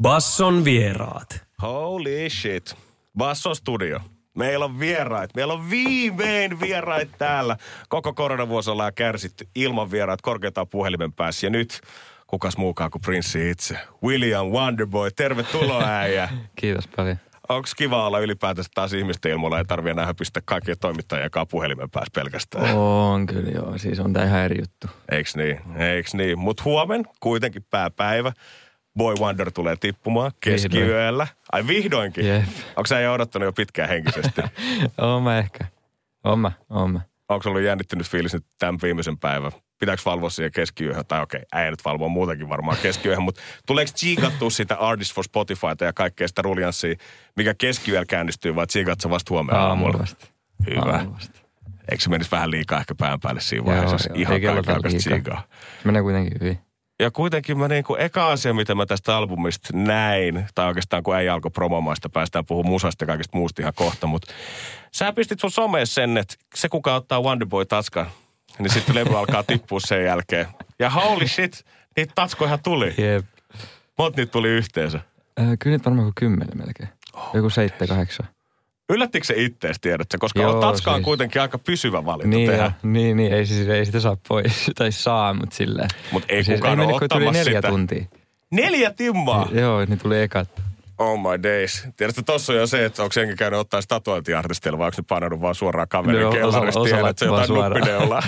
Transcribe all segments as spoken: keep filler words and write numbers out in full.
Basson vieraat. Holy shit. Basson studio. Meillä on vieraat. Meillä on viimein vieraat täällä. Koko koronavuosi ollaan kärsitty ilman vieraat korkeintaan puhelimen päässä. Ja nyt kukas muukaan kuin prinssi itse. William Wonderboy. Tervetuloa äijä. Kiitos paljon. Onko kiva olla ylipäätänsä taas ihmisten ilmoilla? Ei tarvitse nähdä pistää kaikkien toimittajienkaan puhelimen päässä pelkästään. On kyllä joo. Siis on tää ihan eri juttu. Eiks niin? Eiks niin? Mut huomen kuitenkin pääpäivä. Boy Wonder tulee tippumaan keskiyöllä. Ai vihdoinkin? Jep. Onko sä jo odottanut jo pitkään henkisesti? Oon mä ehkä. Oon mä, oon mä. Onko ollut jännittynyt fiilis nyt tämän viimeisen päivän? Pitääkö valvoa siihen keskiyöhön? Tai okei, okay, äijä nyt valvoa muutenkin varmaan keskiyöhön, mutta tuleeko tsiikattua sitä Artists for Spotifyta ja kaikkea sitä ruljanssia, mikä keskiyöllä käynnistyy, vai tsiikat sä vasta huomenna aamulla? Vasta. Hyvä. Vasta. Eikö se menisi vähän liikaa ehkä pään päälle siinä vaiheessa, jos ihan kaikki alkaisi tsiikaa? Se menee kuitenkin hyvin. Ja kuitenkin mä niinku, eka asia, mitä mä tästä albumista näin, tai oikeastaan kun ei alkoi promomaista, päästään puhumaan musasta ja kaikesta muusta ihan kohta, mutta sä pistit sun someen sen, että se kuka ottaa Wonderboy tatskan, niin sitten levy alkaa tippua sen jälkeen. Ja holy shit, niitä tatskoja tuli. Jep. Monta niitä tuli yhteensä? Äh, kyllä nyt varmaan kuin kymmenen melkein. Oh, Joku seitsemän, kahdeksan. Yllättikö se ittees, tiedätkö? Koska Joo, tatska on siis kuitenkin aika pysyvä valinta niin, tehdä. Ja, niin, niin ei, siis, ei sitä saa pois, tai saa, mutta silleen. Mutta ei siis kukaan ei ole mennyt, ottamassa tuli neljä sitä. tuntia. Neljä timmaa? Joo, niin tuli ekat. Oh my days. Tiedätkö, tossa on jo se, että onko senkin käynyt ottaa sitä tatuointiartisteilla, vai onko ne paneudut vaan suoraan kaverin no, kellarista, tiedät, että se jotain nuppineulaa.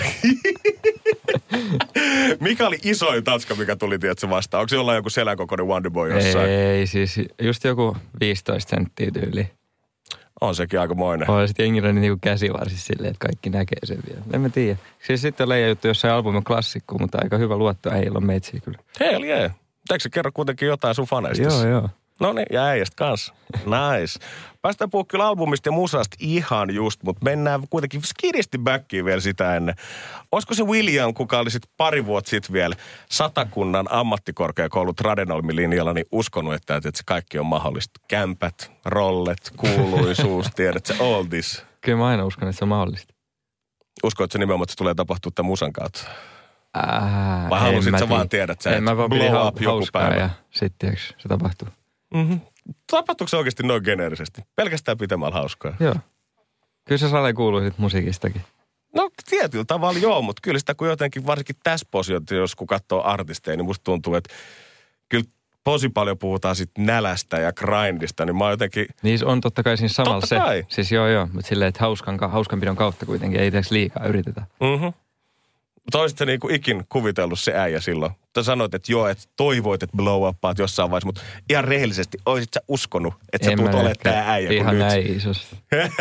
Mikä oli isoin tatska, mikä tuli, tiedätkö, vastaan? Onko se jollain joku selänkokoinen Wonderboy jossain? Ei, siis just joku viisitoista senttiä tyyli. On sekin aikamoinen. On sitten jengillä niin niinku käsivarsis silleen, että kaikki näkee sen vielä. En mä tiedä. Siis sitten on leija juttu jossain albumin klassikko, mutta aika hyvä luotto äijillä on meitsiä kyllä. Hell yeah. Eikö se kerro kuitenkin jotain sun faneista? Joo, joo. No niin, ja äijästä kanssa. Nice. Päästään puhua kyllä albumista ja musasta ihan just, mutta mennään kuitenkin skidisti backiin vielä sitä ennen. Olisiko se William, kuka oli sitten pari vuotta sitten vielä Satakunnan ammattikorkeakoulu Tradenolmin linjalla, niin uskonut, että, että se kaikki on mahdollista. Kämpät, rollet, kuuluisuus, tiedät sä, all this. Kyllä mä aina uskon, että se on mahdollista. Uskoit sä nimenomaan, että se tulee tapahtua tämän musan kautta? Äh, Vai halusit sä vaan tiedä, että sä et blow up joku päivä? Ja sitten se tapahtuu. Mm-hmm. Tapahtuuko se oikeasti noin geneerisesti? Pelkästään pitämällä hauskaa? Joo. Kyllä se sale kuuluu sit musiikistakin. No tietyllä tavalla joo, mutta kyllä sitä kun jotenkin varsinkin tässä positiossa, kun katsoo artisteja, niin musta tuntuu, että kyllä tosi paljon puhutaan sit nälästä ja grindista, niin mä oon jotenkin... Niin on totta kai siinä samalla totta se. Kai. Siis joo joo, mutta silleen, että hauskan, hauskanpidon kautta kuitenkin ei teeksi liikaa yritetä. Mhm. Mutta olisit niinku ikin kuvitellut se äijä silloin. Sä sanoit, että joo, että toivoit, että blow upaat jossain vaiheessa, mutta ihan rehellisesti, olisit sä uskonut, että sä tulet olemaan tää äijä ihan kuin nyt? Ihan näin isosti.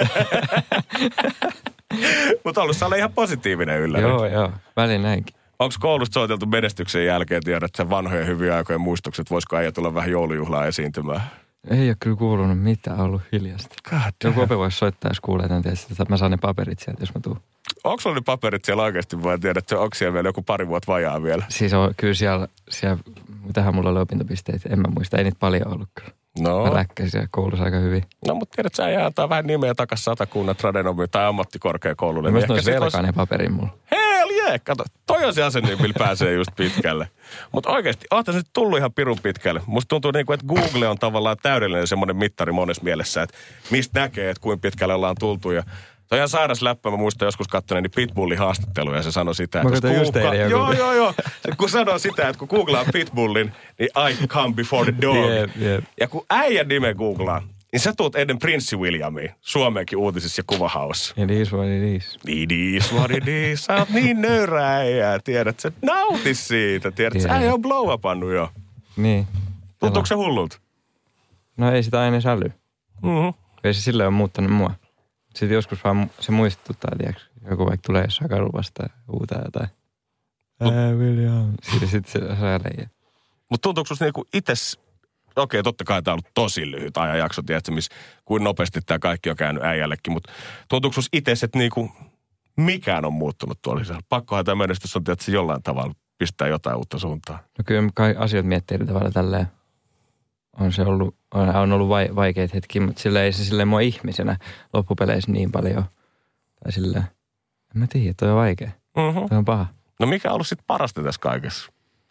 Mutta ollut sä ole ihan positiivinen ylläri. Joo, joo. Välin näinkin. Onko koulusta soiteltu menestyksen jälkeen, tiedät sä vanhoja hyviä aikojen muistukset, voisiko äijä tulla vähän joulujuhlaa esiintymään? Ei ole kyllä kuulunut mitään, ollut hiljasta. Joku ope voisi soittaa, jos kuulee tämän tietysti, että mä saan ne paperit sieltä, jos mä tuun. Onko sulla ne paperit siellä oikeasti vai tiedät, että onko siellä vielä joku pari vuotta vajaa vielä? Siis on, kyllä siellä, siellä mitähän mulla oli opintopisteitä, en mä muista, ei niitä paljon ollut kyllä. No. Mä läkkäsin siellä koulussa aika hyvin. No mutta tiedät, sä äijä antaa vähän nimeä takas Satakunnan Tradenomin tai ammattikorkeakoululle. Mä niin olisi velkaa ne paperin mulla. Hell yeah, kato, toi on se asenne, millä pääsee just pitkälle. Mutta oikeasti, ootte nyt tullut ihan pirun pitkälle. Musta tuntuu niin kuin, että Google on tavallaan täydellinen semmoinen mittari monessa mielessä, että mistä näkee, että kuinka pitkälle ollaan tultu. Ja se on ihan sairas läppä. Mä muistan joskus katsoneeni Pitbullin haastatteluja ja se sanoi sitä, että... Mä just teille joku. Joo, joo, joo. Se, kun sanoo sitä, että kun googlaa Pitbullin, niin I come before the dog. Yep, yep. Ja kun äijän nime googlaa, niin sä tuut ennen Prinssi Williamia Suomeenkin uutisissa ja kuvahaussa. It is what it is. It is what it is. Sä oot niin nöyrä äijää, tiedät sä. Nauti siitä, tiedät sä. Äijä on blow upannut jo. Niin. Tuntuuko se hullulta? No ei sitä aina säly. Mm-hmm. Ei se silleen ole muuttanut mua. Sitten joskus vaan se muistuttaa, tiedätkö, joku vaikka tulee jossain kadulla vastaan ja huutaa jotain. Ää, William. Sitten sit se saa leijä. Mutta tuntuuko susta niinku ites... Okei, totta kai tämä on ollut tosi lyhyt ajanjakso, tiedätkö, missä kuin nopeasti tämä kaikki on käynyt äijällekin, mutta tuntuuko susta itse, että niinku mikään on muuttunut tuolla sisällä? Pakkohan tämä menestys on, tiedätkö, jollain tavalla pistää jotain uutta suuntaan. No kyllä kai asiat miettii eri tavalla tälleen. On se ollut, on, on ollut vai, vaikeita hetkiä, mutta sillä ei se silleen mua ihmisenä loppupeleissä niin paljon. Tai silleen, en mä tiedä, toi on vaikea. Mm-hmm. Toi on paha. No mikä on ollut sitten parasta tässä kaikessa?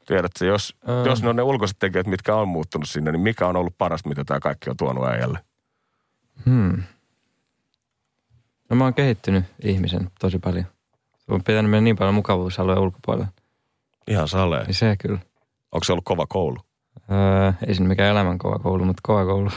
Tiedätkö, jos, Ää. jos ne on ne ulkoiset tekijät, mitkä on muuttunut sinne, niin mikä on ollut parasta, mitä tämä kaikki on tuonut äijälle? Hmm. No mä oon kehittynyt ihmisen tosi paljon. Se on pitänyt mennä niin paljon mukavuusalueen ulkopuolella. Ihan salee. Niin se kyllä. Onko se ollut kova koulu? Öö, ei se mikään elämän kova koulu, mutta kova koulu.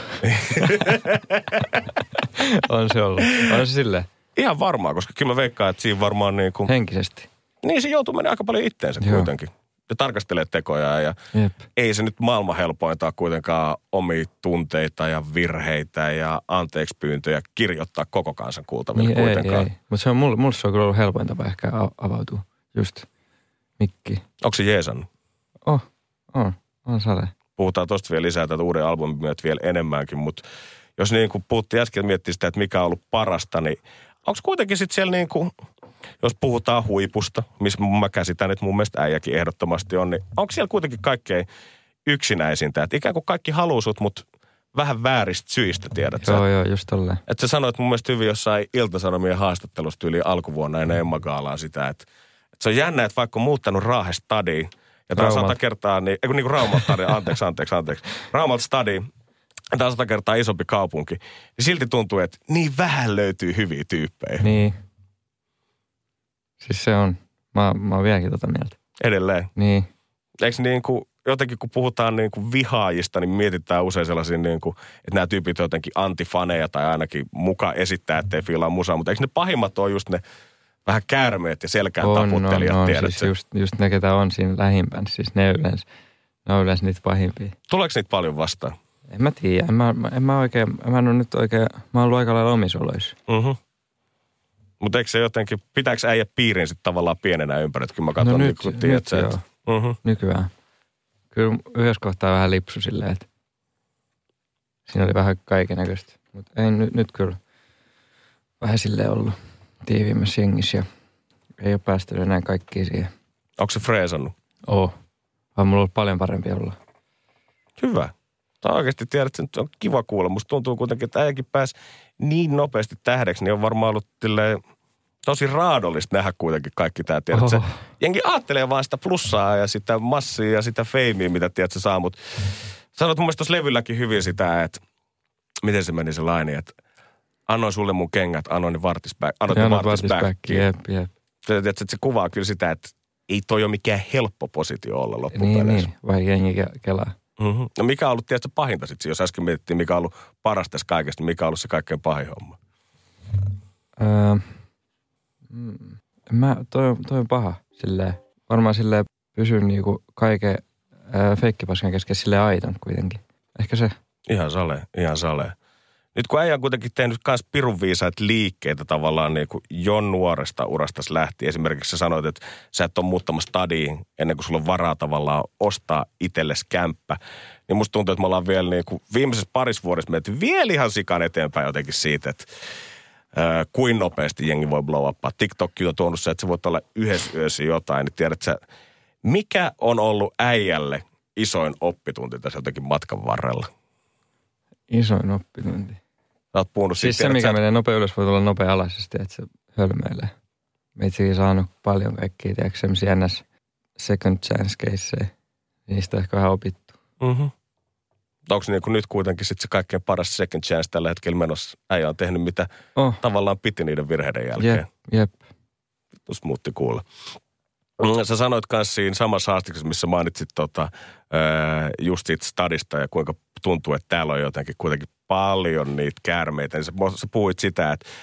On se ollut. On se silleen. Ihan varmaan, koska kyllä mä veikkaan, että siinä varmaan niin kuin... Henkisesti. Niin se joutuu menemään aika paljon itteensä Joo. kuitenkin. Ja tarkastelee tekoja ja Jep. ei se nyt maailman helpointa ole kuitenkaan omia tunteita ja virheitä ja anteekspyyntöjä kirjoittaa koko kansan kuultaville niin, kuitenkaan. Ei, ei. Mutta se on mulle, mulle se on kyllä ollut helpoin tapa ehkä avautua. Just mikki. Onko se jeesannut? Oh, on. On sale. Puhutaan tosta vielä lisää tätä uuden albumin myötä vielä enemmänkin, mutta jos niin kuin puhuttiin äsken miettiä sitä, että mikä on ollut parasta, niin onko kuitenkin sitten siellä niin kuin, jos puhutaan huipusta, missä mä käsitän, että mun mielestä äijäkin ehdottomasti on, niin onko siellä kuitenkin kaikkein yksinäisintä, että ikään kuin kaikki haluu sut, mutta vähän vääristä syistä, tiedät sä? Joo, joo, just tolleen. Että sä sanoit mun mielestä hyvin jossain Ilta-Sanomien haastattelusta yli alkuvuonna ennen Emma-gaalaa sitä, että, että se on jännä, että vaikka on muuttanut Raahesta stadiin, ja tämä on sata kertaa, niin, eikö niin kuin Raumalta stadiin, anteeksi, anteeksi, anteeksi, Raumalta stadiin, tämä on sata kertaa isompi kaupunki, niin silti tuntuu, että niin vähän löytyy hyviä tyyppejä. Niin. Siis se on. Mä, mä oon vieläkin tota mieltä. Edelleen. Niin. Eikö niin kuin, jotenkin kun puhutaan niin kuin vihaajista, niin mietitään usein sellaisia niin kuin, että nämä tyypit on jotenkin antifaneja tai ainakin muka esittää, ettei fiilaa musaa, mutta eikö ne pahimmat ole just ne vähän käärmeet ja selkään on, taputtelijat, on, on. tiedät Siis just, just ne, ketä on siinä lähimpänä, siis ne yleensä, ne on yleensä niitä pahimpia. Tuleeko niitä paljon vastaan? En mä tiedä, en mä, en mä oikein, mä en ole nyt oikein, mä oon ollut aika lailla omissa oloissa. Mhm. Mutta eikö se jotenkin, pitääkö äijä piirin sitten tavallaan pienenä ympäri, että kun mä katson, no nyt, nyt, tiedät, nyt sä, joo, että, uh-huh. nykyään. Kyllä yhdessä kohtaa vähän lipsu silleen, että siinä oli vähän kaikennäköistä. Mutta ei nyt, nyt kyllä vähän silleen ollut tiiviimmässä jengissä ja ei ole päästänyt enää kaikkia siihen. Onko se freesannut? Oo. Vaan mulla on ollut paljon parempi olla. Hyvä. Tämä oikeasti tiedät, että se on kiva kuulla. Musta tuntuu kuitenkin, että äijäkin pääsi niin nopeasti tähdeksi, niin on varmaan ollut tilleen tosi raadollista nähdä kuitenkin kaikki tämä. Tiedät, se, jengi ajattelee vaan sitä plussaa ja sitä massia ja sitä feimiä, mitä tiedät, se saa. Mutta sanoit mun mielestä tuossa levylläkin hyvin sitä, että miten se meni se laini, että annoin sulle mun kengät, annoin ne vartisback. Annoin ne vartisbackiin. Jep, jep. Tiedät, että se kuvaa kyllä sitä, että ei toi ole mikään helppo positio olla loppupeleissä. Niin, niin. Vai jengi kelaa. Mm-hmm. No mikä on ollut tietysti pahinta sitten, jos äsken mietittiin, mikä on ollut paras tässä kaikesta, niin mikä on ollut se kaikkein pahin homma? Öö, mm, mä, toi, toi on paha silleen. Varmaan silleen pysyn niinku kaiken öö, feikkipaskan kesken silleen aiton kuitenkin. Ehkä se. Ihan sale, ihan sale. Nyt kun äijä on kuitenkin tehnyt myös pirun viisaita liikkeitä tavallaan niin kuin jo nuoresta urastas lähti. Esimerkiksi sä sanoit, että sä et ole muuttamassa stadiin ennen kuin sulla on varaa tavallaan ostaa itsellesi kämppä. Niin musta tuntuu, että me ollaan vielä niin kuin viimeisessä parissa vuodessa menty vielä ihan sikan eteenpäin jotenkin siitä, että äh, kuin nopeasti jengi voi blow upaa. TikTok on tuonut se, että sä voit olla yhdessä yössä jotain. Niin tiedät sä, mikä on ollut äijälle isoin oppitunti tässä jotenkin matkan varrella? Isoin oppitunti. Sä oot puhunut siis siitä, se, mikä sä... menee nopea ylös, voi tulla nopea alasesti, että se hölmöilee. Meitsikin saanut paljon kaikkia, tiedätkö, semmoisia ns. Second chance caseja. Niistä on ehkä vähän opittu. Mm-hmm. Onko niin kuin nyt kuitenkin sit se kaikkein paras second chance tällä hetkellä menossa? Äijä on tehnyt mitä oh. tavallaan piti niiden virheiden jälkeen. Jep, jep. Tuossa muutti kuulla. Sä sanoit myös siinä samassa haastiksessa, missä mainitsit tota, just siitä stadista ja kuinka tuntuu, että täällä on jotenkin kuitenkin paljon niitä käärmeitä. Niin sä, sä puhuit sitä, että,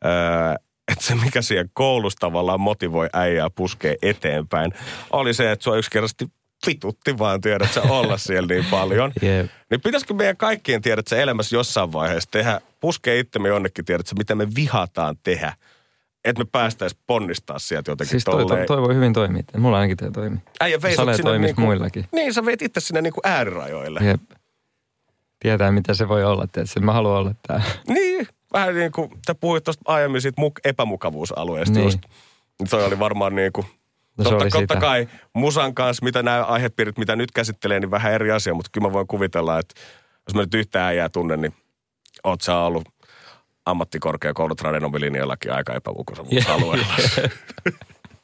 että se mikä siihen koulussa tavallaan motivoi äijää puskee eteenpäin, oli se, että sua yksinkertaisesti vitutti vaan, tiedät sä, olla siellä niin paljon. Yep. Niin pitäisikö meidän kaikkien, tiedät sä, elämässä jossain vaiheessa tehdä, puskee itsemme jonnekin, tiedät sä, mitä me vihataan tehdä. Että me päästäisiin ponnistaa sieltä jotenkin siis toi, tolleen. Siis toi, toi voi hyvin toimia. Mulla ainakin toi toimii. Äijä vei Sale sinne toimisi niinku, muillakin. Niin, sä veit itse sinne niinku äärirajoille. Jep. Tietää, mitä se voi olla. Tietysti mä haluan olla täällä. Niin, vähän niin kuin, te puhuit tuosta aiemmin siitä muk- epämukavuusalueesta niin. just. Toi oli varmaan niin kuin, no, totta, totta sitä. kai musan kanssa, mitä nämä aihepiirit, mitä nyt käsittelee, niin vähän eri asia. Mutta kyllä mä voin kuvitella, että jos mä nyt yhtään äijää tunnen, niin oot sä ollut ammattikorkeakoulu tradenomilinjallakin aika epämukavuusalueella.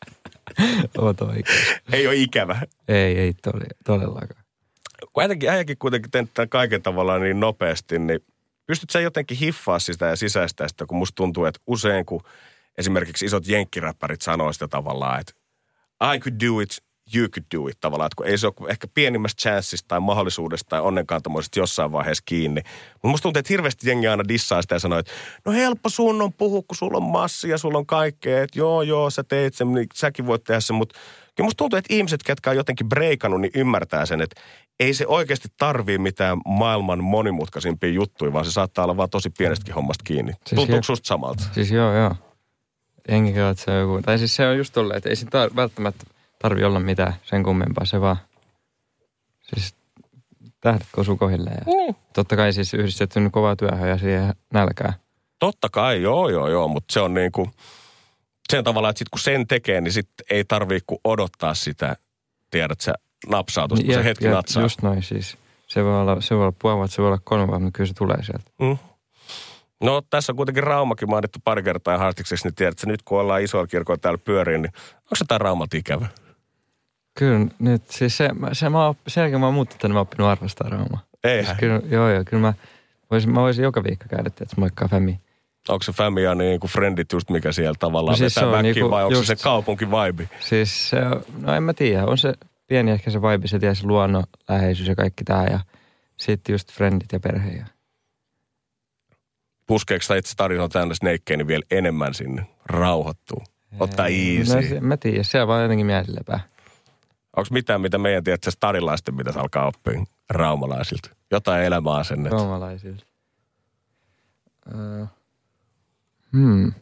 Oot oikein. Ei ole ikävä. Ei, ei todellakaan. Kun äijäkin, äijäkin kuitenkin tenttää kaiken tavallaan niin nopeasti, niin pystyt sä jotenkin hiffaa sitä ja sisäistää sitä, kun musta tuntuu, että usein kun esimerkiksi isot jenkkiräppärit sanoo sitä tavallaan, että I could do it, you could do it tavallaan, että kun ei se ole ehkä pienimmästä chanssista tai mahdollisuudesta tai onnenkantamoisesta jossain vaiheessa kiinni. Mutta musta tuntuu, että hirveästi jengi aina dissaa sitä ja sanoo, että no helppo sun on puhua, kun sulla on massia, sulla on kaikkea, että joo joo sä teet sen, niin säkin voit tehdä sen, mutta kyllä musta tuntuu, että ihmiset, ketkä on jotenkin breikannut, niin ymmärtää sen, että ei se oikeasti tarvii mitään maailman monimutkaisimpia juttuja, vaan se saattaa olla vaan tosi pienestäkin hommasta kiinni. Siis tuntuuko susta samalta? Siis joo, joo. Enkä kyllä, että se on joku. Tai siis se on just tolleen, että ei siinä tar- välttämättä tarvitse olla mitään sen kummempaa. Se vaan, siis tähdet osuu kohilleen. Ja mm. Totta kai siis yhdistetty kovaa työhön ja siihen nälkää. Totta kai, joo, joo, joo. Mutta se on niinku, sen tavallaan, että sit kun sen tekee, niin sit ei tarvii kuin odottaa sitä, tiedät sä, napsautusta, kun se hetki ja, natsaa. Just noin siis. Se voi olla, se voi olla puoli vuotta, se voi olla kolme vuotta, mutta kyllä se tulee sieltä. Mm. No tässä on kuitenkin Raumakin mainittu pari kertaa haastikseksi, niin tiedätkö, nyt kun ollaan isoilla kirkoilla täällä pyöriin, niin onko se tää Raumalta ikävä? Kyllä nyt, siis se, se mä, sen jälkeen mä oon muuttanut, että mä oon oppinut arvostaa Raumaa. Eihän. Siis kyllä, joo joo, kyllä mä voisin, mä voisin joka viikko käydä, että moikkaa fämi. Onko se fämi ja niin kuin friendit just mikä siellä tavallaan no siis vetää väkkiin niinku, vai onko just, se se kaupunkivibe? Siis se, no en mä tiedä, on se pieni ehkä se vibe, se tiedä se luonnon läheisyys ja kaikki tää ja sitten just friendit ja perhe ja puskeeko sitä itse tarina täynnä sneikkejä, niin vielä enemmän sinne rauhoittuu? Ottaa easy. No se, mä tiedän, se on vaan jotenkin mielilepää. Onko mitään, mitä meidän tiedätkö stadilaisten pitäisi alkaa oppia raumalaisilta? Jotain elämäasennetta. Raumalaisilta. Uh, hmm.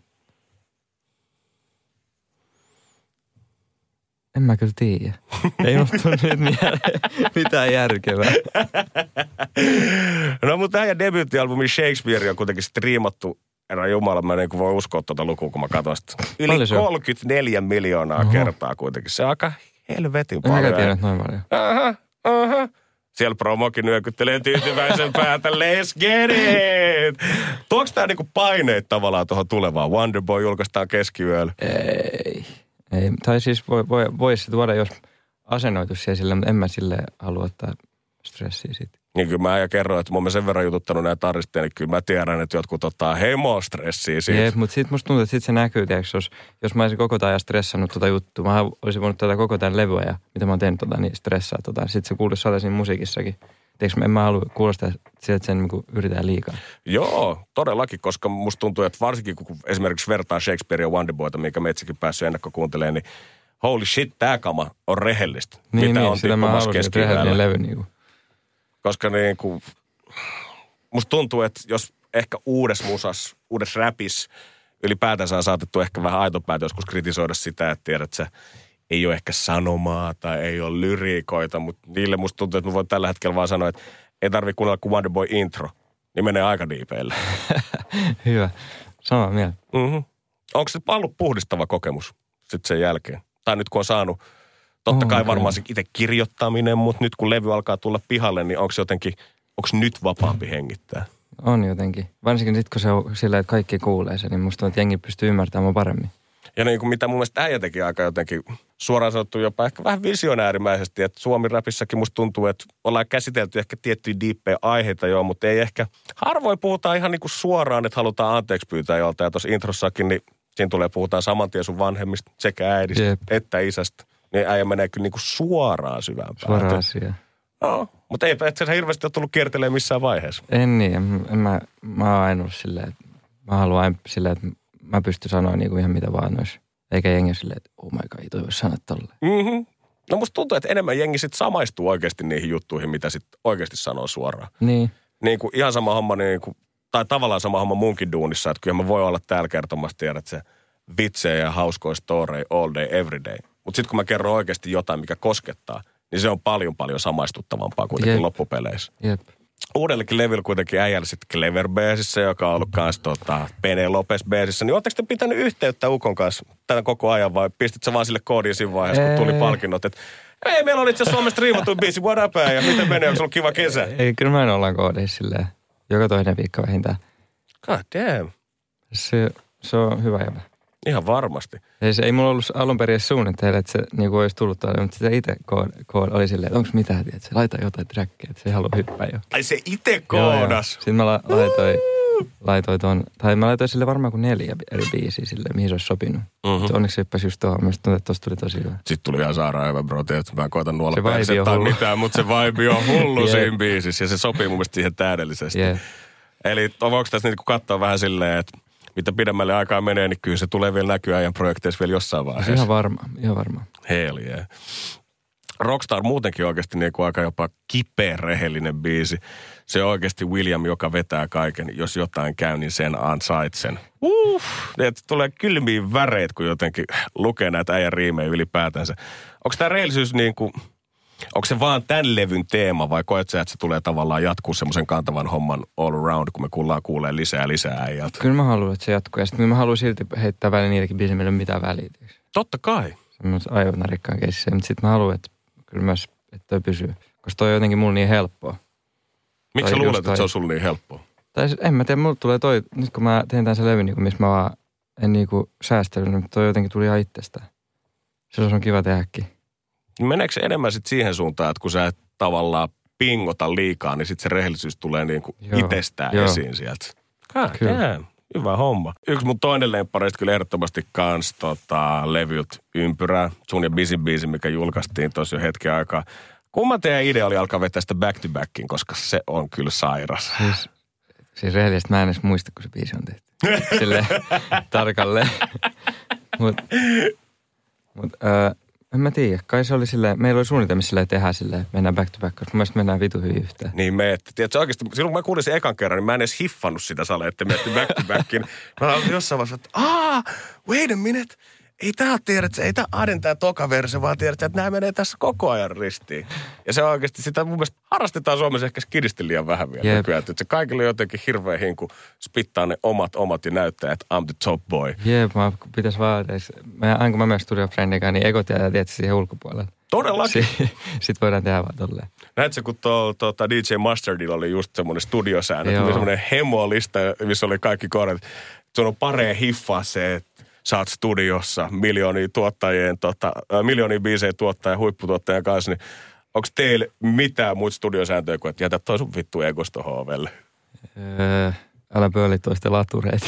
En mä kyllä tiedä. Ei musta nyt mieleen mitään järkevää. No mutta tämä debyyttialbumi Shakespeare on kuitenkin striimattu. Herra Jumala, mä en voi uskoa tuota lukua, kun mä katson sitä. Yli kolmekymmentäneljä miljoonaa Oho. kertaa kuitenkin. Se on aika helvetin paljon. En mä tiedä noin paljon. Aha, aha. Siellä promokin nyökyttelee tyytyväisen päätä. Let's get it! Tuoks tää niinku paineet tavallaan tuohon tulevaan? Wonderboy julkaistaan keskiyöllä. Ei. Ei. Tai siis voi, voi, voisi tuoda, jos asennoitus siihen sille, mutta en mä sille halua ottaa stressiä siitä. Niin kyllä mä ja kerroin, että mä oon sen verran jututtanut näitä taristeen, niin kyllä mä tiedän, että jotkut ottaa hemostressiä siitä. Jep, mutta sitten musta tuntuu, että sit se näkyy, tiiäks, jos, jos mä olisin koko ajan stressannut tota juttua. Mä olisin voinut tätä koko tämän levyä ja mitä mä oon tehnyt tota, niin stressaa tota. Sitten se kuuluisi saada siinä musiikissakin. Tiiäks, en mä halua kuulostaa sieltä, että sen niin yritetään liikaa. Joo, todellakin, koska musta tuntuu, että varsinkin kun esimerkiksi vertaa Shakespearea ja Wonderboyta, minkä me itsekin päässyt ennakkokuuntelemaan, niin holy shit, tää kama on rehellistä. Niin, mitä niin, on tippumassa keskiyöllä. levy niin kuin. Koska niin kuin, musta tuntuu, että jos ehkä uudessa musas, uudessa räpissä ylipäätänsä on saatettu ehkä vähän aitopäätä joskus kritisoida sitä, että tiedät sä, ei ole ehkä sanomaa tai ei ole lyriikoita, mutta niille musta tuntuu, että mä voin tällä hetkellä vaan sanoa, että ei tarvitse kuunnella kuin Wonderboy intro, niin menee aika diipeille. Hyvä. Samaa mieltä. Mm-hmm. Onko se ollut puhdistava kokemus sitten sen jälkeen? Tai nyt kun on saanut, totta kai varmaan se itse kirjoittaminen, mutta nyt kun levy alkaa tulla pihalle, niin onko se jotenkin, onko nyt vapaampi hengittää? On jotenkin. Varsinkin sitten, kun se on silleen, että kaikki kuulee sen, niin musta tuntuu, että jengi pystyy ymmärtämään paremmin. Ja niin kuin mitä mun mielestä äijä teki aika jotenkin suoraan sanottu jopa ehkä vähän visionäärimäisesti, että Suomi-räpissäkin musta tuntuu, että ollaan käsitelty ehkä tiettyjä diippejä aiheita joo, mutta ei ehkä, harvoin puhutaan ihan niin kuin suoraan, että halutaan anteeksi pyytää jolta. Ja tuossa introssakin, niin siinä tulee puhutaan saman tien sun vanhemmista sekä äidistä Jep. että isästä. Niin äijä menee kyllä niin kuin suoraan syvään päähän. Suoraan asiaan. No, mutta ei et sä hirveästi ole tullut kiertelemään missään vaiheessa. En niin, en, en mä, mä oon aina ollut silleen, että mä haluan aina silleen, että mä pystyn sanoa niinku ihan mitä vaan noissa. Eikä jengi silleen, että oh my god, ei toi voi sanoa tolleen. Mm-hmm. No musta tuntuu, että enemmän jengi sit samaistuu oikeasti niihin juttuihin, mitä sit oikeasti sanoo suoraan. Niin. Niin kuin ihan sama homma, niin kuin, tai tavallaan sama homma munkin duunissa, että kyllä mä voi olla täällä kertomassa, tiedät se vitsejä ja hauskoja storeja all day, every day. Mutta sitten kun mä kerron oikeasti jotain, mikä koskettaa, niin se on paljon paljon samaistuttavampaa kuitenkin Jep. loppupeleissä. Jep. Uudellekin levyllä kuitenkin äijällä sitten Clever Bassissä, joka on ollut kanssa tota, Penelopes Bassissä. Niin ootteko te pitänyt yhteyttä Ukon kanssa tämän koko ajan vai pistit sä vaan sille koodiin siinä vaiheessa, kun tuli palkinnot, että ei, meillä oli itse asiassa Suomessa striimattu biisi, what up, ja miten menee, onko se ollut kiva kesä? Ei, kyllä mä en ollaan koodissa silleen, joka toinen viikko vähintään. God damn. Se, se on hyvä jäbä. Ihan varmasti. Ei, se, ei mulla ollut alun perin suunnitteilla, että se niin olisi tullut tuolle, mutta sitä itse kood, kood, oli silleen, että onko mitään, että se laita jotain trackia, että se ei halua hyppää jo. Ai se itse koodas? Sitten mä la, laitoin, laitoin ton, tai mä laitoin sille varmaan kuin neljä eri biisiä sille, mihin se olisi sopinut. Mm-hmm. Onneksi se hyppäsi just tuohon, mielestäni tuntuu, että tosta tuli tosi hyvä. Sitten tuli ihan sairaan hyvä, bro, että mä koitan nuolla persettä tai mitään, mutta se vibe on hullu yeah. siinä biisissä ja se sopii mun mielestä siihen täydellisesti. Yeah. Eli voiko tässä niinku katsoa vähän silleen, että mitä pidemmälle aikaa menee, niin kyllä se tulee vielä näkyä ajan projekteissa vielä jossain vaiheessa. Ihan varma, ihan varma. Hell yeah. Rockstar muutenkin oikeasti niin kuin aika jopa kipeä rehellinen biisi. Se on oikeasti William, joka vetää kaiken. Jos jotain käy, niin sen ansaitsen. Uff, että tulee kylmiä väreitä, kun jotenkin lukee näitä äijän riimejä ylipäätänsä. Onko tämä rehellisyys niin kuin, onko se vaan tämän levyn teema vai koet sä, että se tulee tavallaan jatkuu semmoisen kantavan homman all around, kun me kuullaan kuulee lisää lisää äijältä? Kyllä mä haluan, että se jatkuu. Ja sitten mä haluan silti heittää väliin niillekin biisiä, meillä ei ole mitään väliä. Totta kai. Semmoisen aivan narikkaan keississä. Mutta sitten mä haluan, että kyllä myös, että toi pysyy. Koska toi on jotenkin mulla niin helppoa. Miksi sä luulet, että se on sulla niin helppoa? Tai en mä tiedä, mulla tulee toi, nyt kun mä tein tämän se levy, niin missä mä vaan en niinku säästellyt, mutta toi jotenkin tuli ihan itsestään. Se on kiva tehdäkin. Meneekö se enemmän sitten siihen suuntaan, että kun sä et tavallaan pingota liikaa, niin sitten se rehellisyys tulee niinku itsestään joo. esiin sieltä? Kyllä. Hyvä homma. Yksi mun toinen lemppareista kyllä ehdottomasti kans tota, levyltä Ympyrää. Sun ja Bisin biisi, mikä julkaistiin tossa jo hetken aikaa. Kumman teidän idea oli alkaa vetää sitä back to backin, koska se on kyllä sairas. Siis, siis rehellisesti mä en edes muista, kun se biisi on tehty. Silleen tarkalleen. Mutta mut, äh, en mä tiedä. Kai se oli silleen, meillä oli suunnitelmissa silleen tehdä silleen, mennään back to back, koska mun mielestä mennään vitu hyvin yhteen. Niin me ette. Tiedätkö oikeasti, silloin kun mä kuulin sen ekan kerran, niin mä en edes hiffannut sitä salee, että menette back to backin. Mä olin jossain vaiheessa, että aah, wait a minute. Ei tää ole tiedät, ei tää Aden tää toka versio, vaan tiedät, että nämä menee tässä koko ajan ristiin. Ja se oikeasti, sitä mun mielestä harrastetaan Suomessa ehkä skidisti liian vähän vielä yep. nykyään. Että se kaikille jotenkin hirveä hinku spittaa ne omat omat ja näyttää, että I'm the top boy. Jep, mä pitäis vaan, mä, aina kun mä menen Studio Friendikaan, niin egot jää tietysti siihen ulkopuolelle. Todellakin. Sitten voidaan tehdä vaan tolleen. Näetkö, kun tuo tuota D J Mustardilla oli just semmoinen studiosäännö, että oli semmoinen hemolista, missä oli kaikki kohdat. Sun on paree hiffaa se, että sä oot studiossa miljoonia tuottajien, tota, äh, miljoonia biisejä tuottaja, huipputuottajan kanssa, niin onko teillä mitään muita studiosääntöjä kuin, että jätä toi sun vittu egos tohon ovelle? Öö, älä pööli toisten latureita.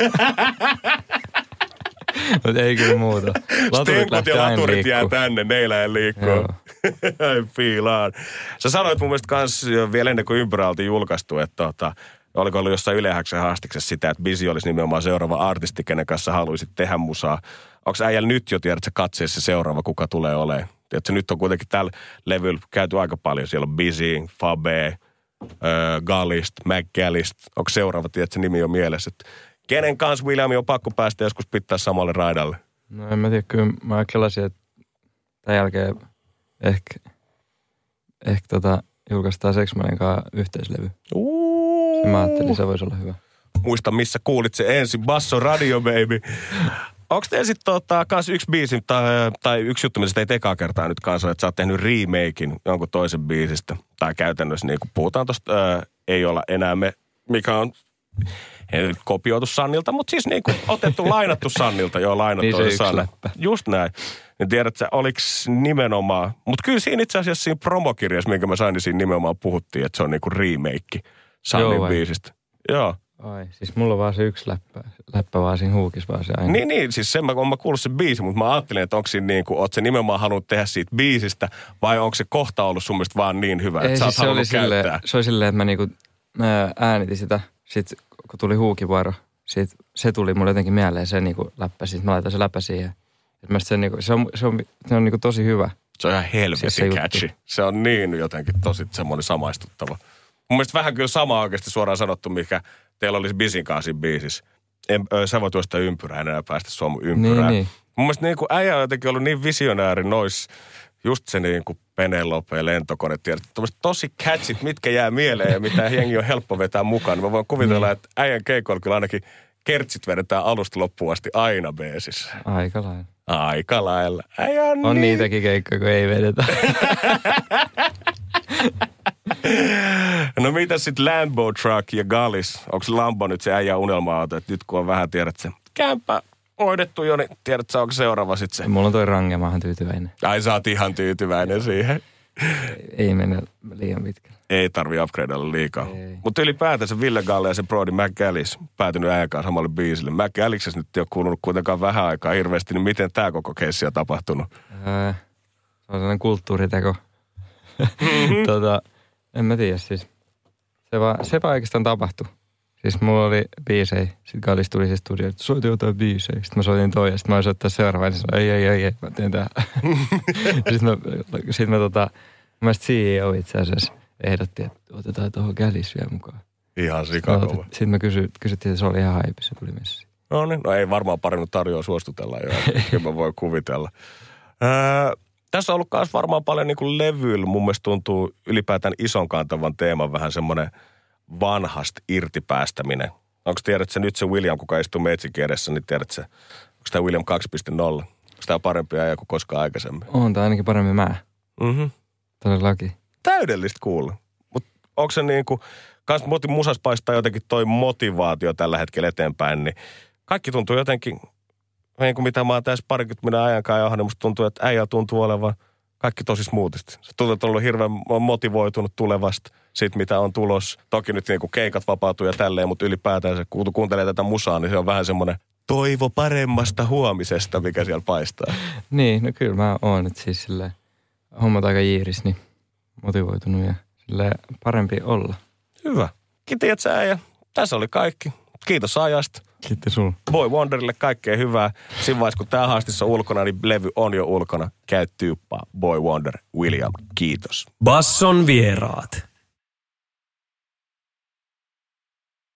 Mutta ei kyllä muuta. Stenkut ja laturit jää tänne, neillä ei liikkuu. Ai fiilaan. Sä sanoit mun mielestä kans vielä ennen kuin Ympyrä oltiin julkaistu, että tota, oliko ollut jossain Yle Häksen haastiksessa sitä, että Busy olisi nimenomaan seuraava artisti, kenen kanssa haluaisit tehdä musaa. Onko äijällä nyt jo, tiedät sä, katseessa se seuraava, kuka tulee olemaan? Tiedätkö, nyt on kuitenkin tällä levyllä käyty aika paljon. Siellä on Busy, Fabe, äh, Gallist, McGallist. Onko seuraava, tiedätkö, nimi jo mielessä? Et kenen kanssa William on pakko päästä joskus pitää samalle raidalle? No en mä tiedä, kyllä mä kelasin, että tämän jälkeen ehkä, ehkä tota, julkaistaan Sexmanin kanssa yhteislevy. Uuu. Mä ajattelin, se voisi olla hyvä. Muista, missä kuulit se ensin. Basso Radio, baby. Onko teillä sitten tota, kans yksi biisi tai, tai yksi juttu, mitä ei ekaa kertaa nyt kanssa, että sä oot tehnyt remakein jonkun toisen biisistä? Tai käytännössä niin kuin puhutaan tosta, ää, ei olla enää me, mikä on ei kopioitu Sannilta, mutta siis niin kuin otettu, lainattu Sannilta, joo, lainattu niin se yksi Sanne. läppä. Just näin. Niin tiedät sä, oliks nimenomaan, mutta kyllä siinä itse asiassa siinä promokirjassa, minkä mä sain, niin siinä nimenomaan puhuttiin, että se on niinku remake Sannin joo, biisistä. Joo. Ai, siis mulla on vaan se yksi läppä, läppä vaan siinä huukis vaan se aina. Niin, niin, siis sen mä, mä kuullut se biisi, mutta mä ajattelin, että onko siinä niinku, oot se nimenomaan halunnut tehdä siitä biisistä, vai onko se kohta ollut sun mielestä vaan niin hyvä, että ei, sä siis oot halunnut se käyttää? Silleen, se oli silleen, että mä niinku mä äänitin sitä, sit kun tuli huukivuoro, sit se tuli mulle jotenkin mieleen se niinku läppä, sit mä laitan se läppä siihen. Se, niinku, se on, se on, se on niinku tosi hyvä. Se on ihan helvetin catchy. Se on niin jotenkin tosi semmoinen samaistuttava. Mun mielestä vähän kyllä sama oikeasti suoraan sanottu, mikä teillä olisi Bisin kanssa siinä biisissä. En, ö, sä voit tuosta ympyrää enää päästä Suomen ympyrään. Niin, niin. Mun mielestä niin kuin äijä on jotenkin ollut niin visionääri nois, just se niin kuin Penelope ja lentokone, tiedät, tosi catchit, mitkä jää mieleen ja mitä jengi on helppo vetää mukaan. Mä voin kuvitella, niin. Että äijän keikoilla kyllä ainakin kertsit vedetään alusta loppuun asti aina beesissä. Aika lailla. Aika lailla. Äijä on, on niin. niitäkin keikkoja, kun ei vedetä. No mitä sitten Lambo Truck ja Gallis? Onko Lambo nyt se äijä unelma-auto, että nyt kun on vähän tiedät se kämpä hoidettu jo, niin tiedätkö, onko seuraava sitten se? Mulla on toi range, mä oon tyytyväinen. Ai sä oot ihan tyytyväinen siihen. Ei, ei mennä liian pitkälle. Ei tarvii upgradeilla liikaa. Mutta ylipäätänsä Ville Galle ja se Brody McAllis päätynyt äijäkaan samalle biisille. McAlliksessa nyt ei ole kuulunut kuitenkaan vähän aikaa hirveästi, niin miten tää koko keissi on tapahtunut? Öö, se on sellainen kulttuuriteko. Mm-hmm. tota, en mä tiedä siis. Se vaan, se vaan oikeastaan tapahtui. Siis mulla oli biisejä. Sitten Gallis tuli se studio, että soita jotain biisejä. Sitten mä soitin toi ja sitten mä olin soittaa seuraavaan. Niin sanoin, ei, ei, ei, ei, mä teen tää. sitten mä, sit mä tota, mä C E O itse asiassa ehdotti, että otetaan tuohon Gallis vielä mukaan. Ihan sikakova. Sitten mä kysy, kysyttiin, että se oli ihan haipi, se tuli messiin. No niin, no ei varmaan parannut tarjoa suostutella jo. Kyllä mä voin kuvitella. Öö, tässä on ollut myös varmaan paljon niin kuin levyillä. Mun mielestä tuntuu ylipäätään ison kantavan teeman vähän semmoinen vanhasta irtipäästäminen. Onko tiedätkö nyt se William, kuka istuu Metsikin edessä, niin tiedätkö, onko tämä William kaksi piste nolla? Onko tämä parempi ajan kuin koskaan aikaisemmin? On tämä ainakin paremmin mä. Mhm. Todellakin. Täydellistä kuulla. Mutta onko se niin kuin, kans musas paistaa jotenkin toi motivaatio tällä hetkellä eteenpäin, niin kaikki tuntuu jotenkin, niin kuin mitä mä oon tässä parikymmentä ajankaan johon, niin musta tuntuu, että äijä tuntuu olevan kaikki tosi smoothisti. Se tuntuu, että on ollut hirveän motivoitunut tulevasta siitä, mitä on tulos. Toki nyt niin kuin keikat vapautuu ja tälleen, mutta ylipäätään se, kun kuuntelee tätä musaa, niin se on vähän semmoinen toivo paremmasta huomisesta, mikä siellä paistaa. Niin, no kyllä mä oon nyt siis silleen hommat aika jiiris, niin motivoitunut ja silleen parempi olla. Hyvä. Kiitos sä äijä. Tässä oli kaikki. Kiitos ajasta. Kiitos sulla. Boy Wonderille kaikkea hyvää. Siinä vaiheessa, kun tää haastissa on ulkona, niin levy on jo ulkona. Käy tyyppaa. Boy Wonder, William. Kiitos. Basson vieraat.